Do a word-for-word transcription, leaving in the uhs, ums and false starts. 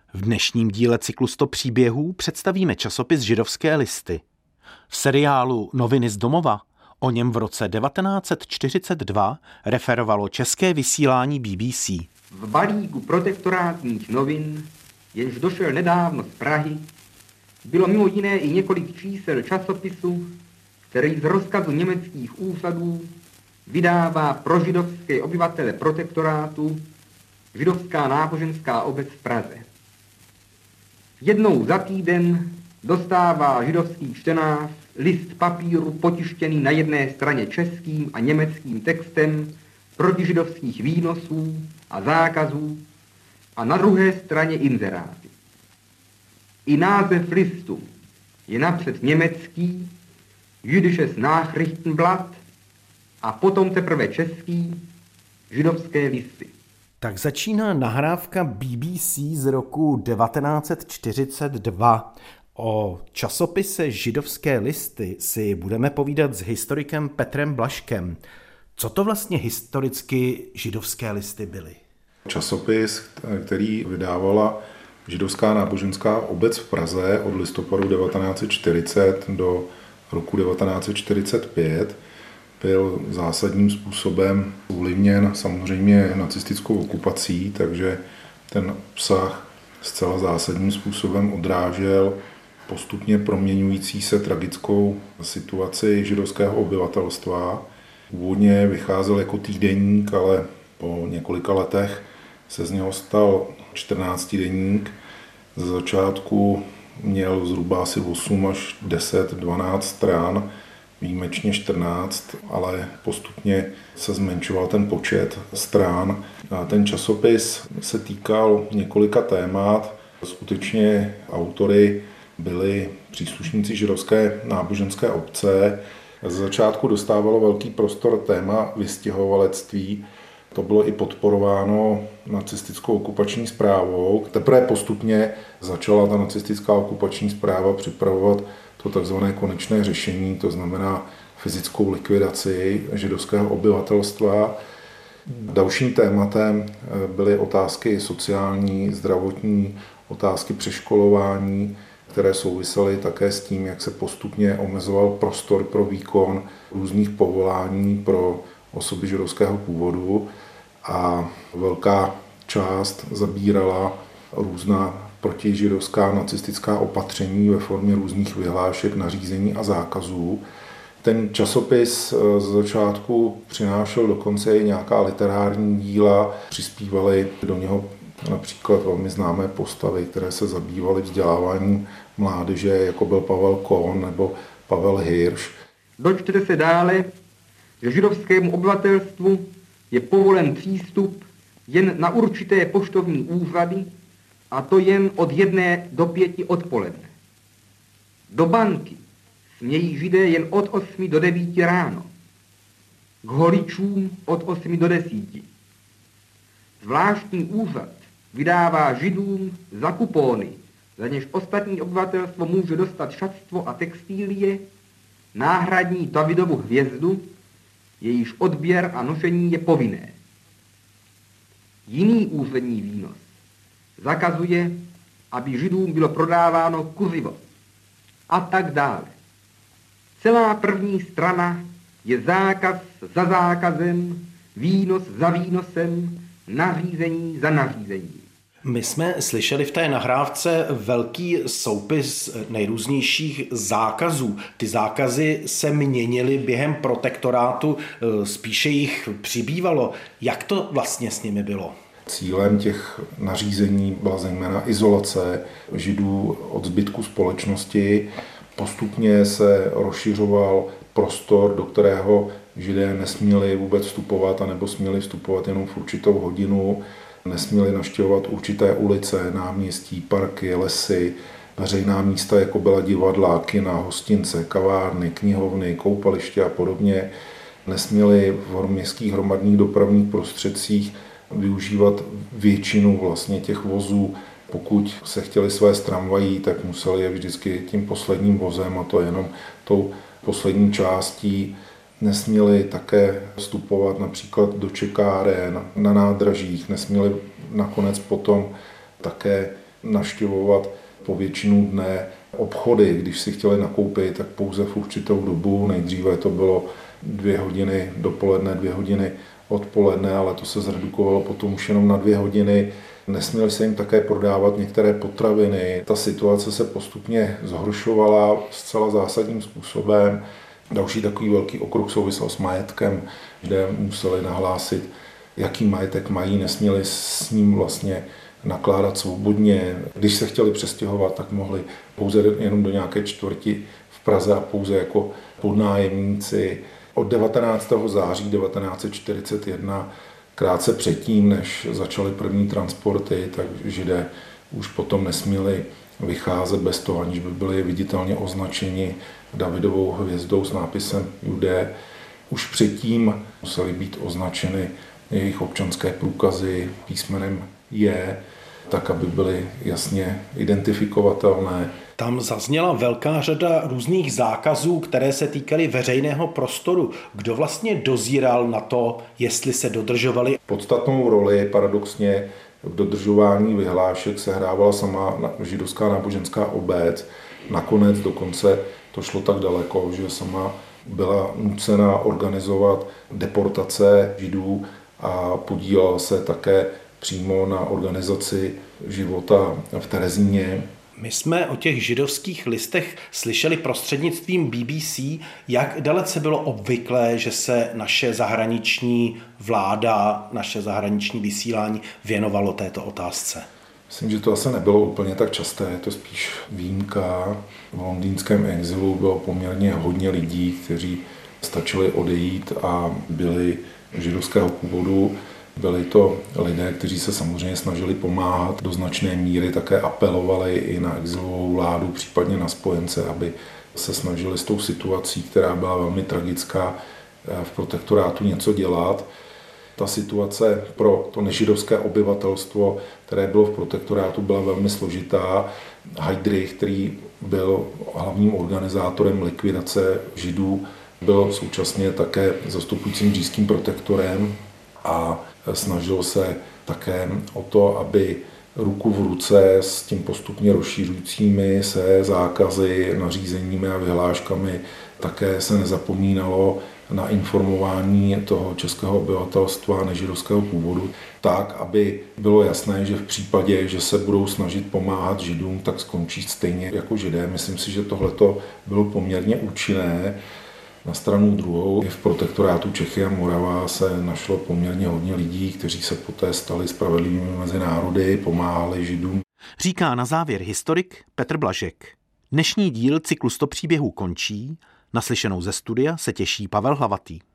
V dnešním díle cyklu sto příběhů představíme časopis Židovské listy. V seriálu Noviny z domova o něm v roce devatenáct set čtyřicet dva referovalo české vysílání B B C. V balíku protektorátních novin, jenž došel nedávno z Prahy, bylo mimo jiné i několik čísel časopisu, který z rozkazu německých úřadů vydává pro židovské obyvatele protektorátu Židovská náboženská obec v Praze. Jednou za týden dostává židovský čtenář list papíru potištěný na jedné straně českým a německým textem protižidovských výnosů a zákazů a na druhé straně inzeráty. I název listu je napřed německý, Jüdisches Nachrichtenblatt, a potom teprve český, Židovské listy. Tak začíná nahrávka B B C z roku devatenáct set čtyřicet dva. O časopise Židovské listy si budeme povídat s historikem Petrem Blažkem. Co to vlastně historicky Židovské listy byly? Časopis, který vydávala Židovská náboženská obec v Praze od listopadu devatenáct set čtyřicet do roku devatenáct set čtyřicet pět, byl zásadním způsobem ovlivněn samozřejmě nacistickou okupací, takže ten obsah zcela zásadním způsobem odrážel postupně proměňující se tragickou situaci židovského obyvatelstva. Původně vycházel jako týdeník, ale po několika letech se z něho stal čtrnáctidenník. Ze začátku měl zhruba asi osm až deset, dvanáct stran, výjimečně čtrnáct, ale postupně se zmenšoval ten počet stran. A ten časopis se týkal několika témat. Skutečně autory byli příslušníci židovské náboženské obce. Ze začátku dostávalo velký prostor téma vystěhovalectví. To bylo i podporováno nacistickou okupační správou. Teprve postupně začala ta nacistická okupační správa připravovat to takzvané konečné řešení, to znamená fyzickou likvidaci židovského obyvatelstva. Dalším tématem byly otázky sociální, zdravotní, otázky přeškolování, které souvisely také s tím, jak se postupně omezoval prostor pro výkon různých povolání pro osoby židovského původu a velká část zabírala různá protižidovská nacistická opatření ve formě různých vyhlášek, nařízení a zákazů. Ten časopis z začátku přinášel dokonce i nějaká literární díla, přispívaly do něho například velmi známé postavy, které se zabývaly vzděláváním mládeže, jako byl Pavel Kohn nebo Pavel Hirsch. Dočtete se dále, že židovskému obyvatelstvu je povolen přístup jen na určité poštovní úřady, a to jen od jedné do pěti odpoledne. Do banky smějí židé jen od osmi do devíti ráno. K holičům od osmi do desíti. Zvláštní úřad vydává židům za kupóny, za něž ostatní obyvatelstvo může dostat šatstvo a textílie, náhradní Davidovu hvězdu, jejíž odběr a nošení je povinné. Jiný úřední výnos zakazuje, aby židům bylo prodáváno kuřivo a tak dále. Celá první strana je zákaz za zákazem, výnos za výnosem, nařízení za nařízením. My jsme slyšeli v té nahrávce velký soupis nejrůznějších zákazů. Ty zákazy se měnily během protektorátu, spíše jich přibývalo. Jak to vlastně s nimi bylo? Cílem těch nařízení byla zejména izolace židů od zbytku společnosti. Postupně se rozšiřoval prostor, do kterého židé nesměli vůbec vstupovat, anebo směli vstupovat jenom v určitou hodinu. Nesměli navštěvovat určité ulice, náměstí, parky, lesy, veřejná místa, jako byla divadla, kina, hostince, kavárny, knihovny, koupaliště a podobně. Nesměli v městských hromadných dopravních prostředcích využívat většinu vlastně těch vozů. Pokud se chtěli svést tramvají, tak museli je vždycky tím posledním vozem, a to jenom tou poslední částí. Nesměli také vstupovat například do čekáren, na nádražích, nesměli nakonec potom také navštěvovat po většinu dne obchody. Když si chtěli nakoupit, tak pouze v určitou dobu. Nejdříve to bylo dvě hodiny dopoledne, dvě hodiny odpoledne, ale to se zredukovalo potom už jenom na dvě hodiny. Nesměly se jim také prodávat některé potraviny. Ta situace se postupně zhoršovala zcela zásadním způsobem. Další takový velký okruh souvisel s majetkem, kde museli nahlásit, jaký majetek mají, nesměli s ním vlastně nakládat svobodně. Když se chtěli přestěhovat, tak mohli pouze jenom do nějaké čtvrti v Praze a pouze jako podnájemníci. Od devatenáctého září devatenáct set čtyřicet jedna, krátce předtím, než začaly první transporty, tak Židé už potom nesměli vycházet bez toho, aniž by byli viditelně označeni Davidovou hvězdou s nápisem Judé. Už předtím musely být označeny jejich občanské průkazy písmenem J, tak, aby byly jasně identifikovatelné. Tam zazněla velká řada různých zákazů, které se týkaly veřejného prostoru. Kdo vlastně dozíral na to, jestli se dodržovaly? Podstatnou roli paradoxně v dodržování vyhlášek sehrávala sama židovská náboženská obec. Nakonec dokonce to šlo tak daleko, že sama byla nucena organizovat deportace Židů a podílela se také přímo na organizaci života v Terezíně. My jsme o těch židovských listech slyšeli prostřednictvím B B C, jak dalece bylo obvyklé, že se naše zahraniční vláda, naše zahraniční vysílání věnovalo této otázce. Myslím, že to asi nebylo úplně tak časté, je to spíš výjimka. V londýnském exilu bylo poměrně hodně lidí, kteří stačili odejít a byli židovského původu. Byli to lidé, kteří se samozřejmě snažili pomáhat, do značné míry také apelovali i na exilovou vládu, případně na spojence, aby se snažili s tou situací, která byla velmi tragická, v protektorátu něco dělat. Ta situace pro to nežidovské obyvatelstvo, které bylo v protektorátu, byla velmi složitá. Heydrich, který byl hlavním organizátorem likvidace Židů, byl současně také zastupujícím říšským protektorem a snažil se také o to, aby ruku v ruce s tím postupně rozšířujícími se zákazy, nařízeními a vyhláškami také se nezapomínalo na informování toho českého obyvatelstva nežidovského původu, tak, aby bylo jasné, že v případě, že se budou snažit pomáhat Židům, tak skončí stejně jako Židé. Myslím si, že tohleto bylo poměrně účinné. Na stranu druhou, i v protektorátu Čechy a Morava se našlo poměrně hodně lidí, kteří se poté stali spravedlivými mezi národy, pomáhali Židům. Říká na závěr historik Petr Blažek. Dnešní díl cyklu sto příběhů končí. Naslyšenou ze studia se těší Pavel Hlavatý.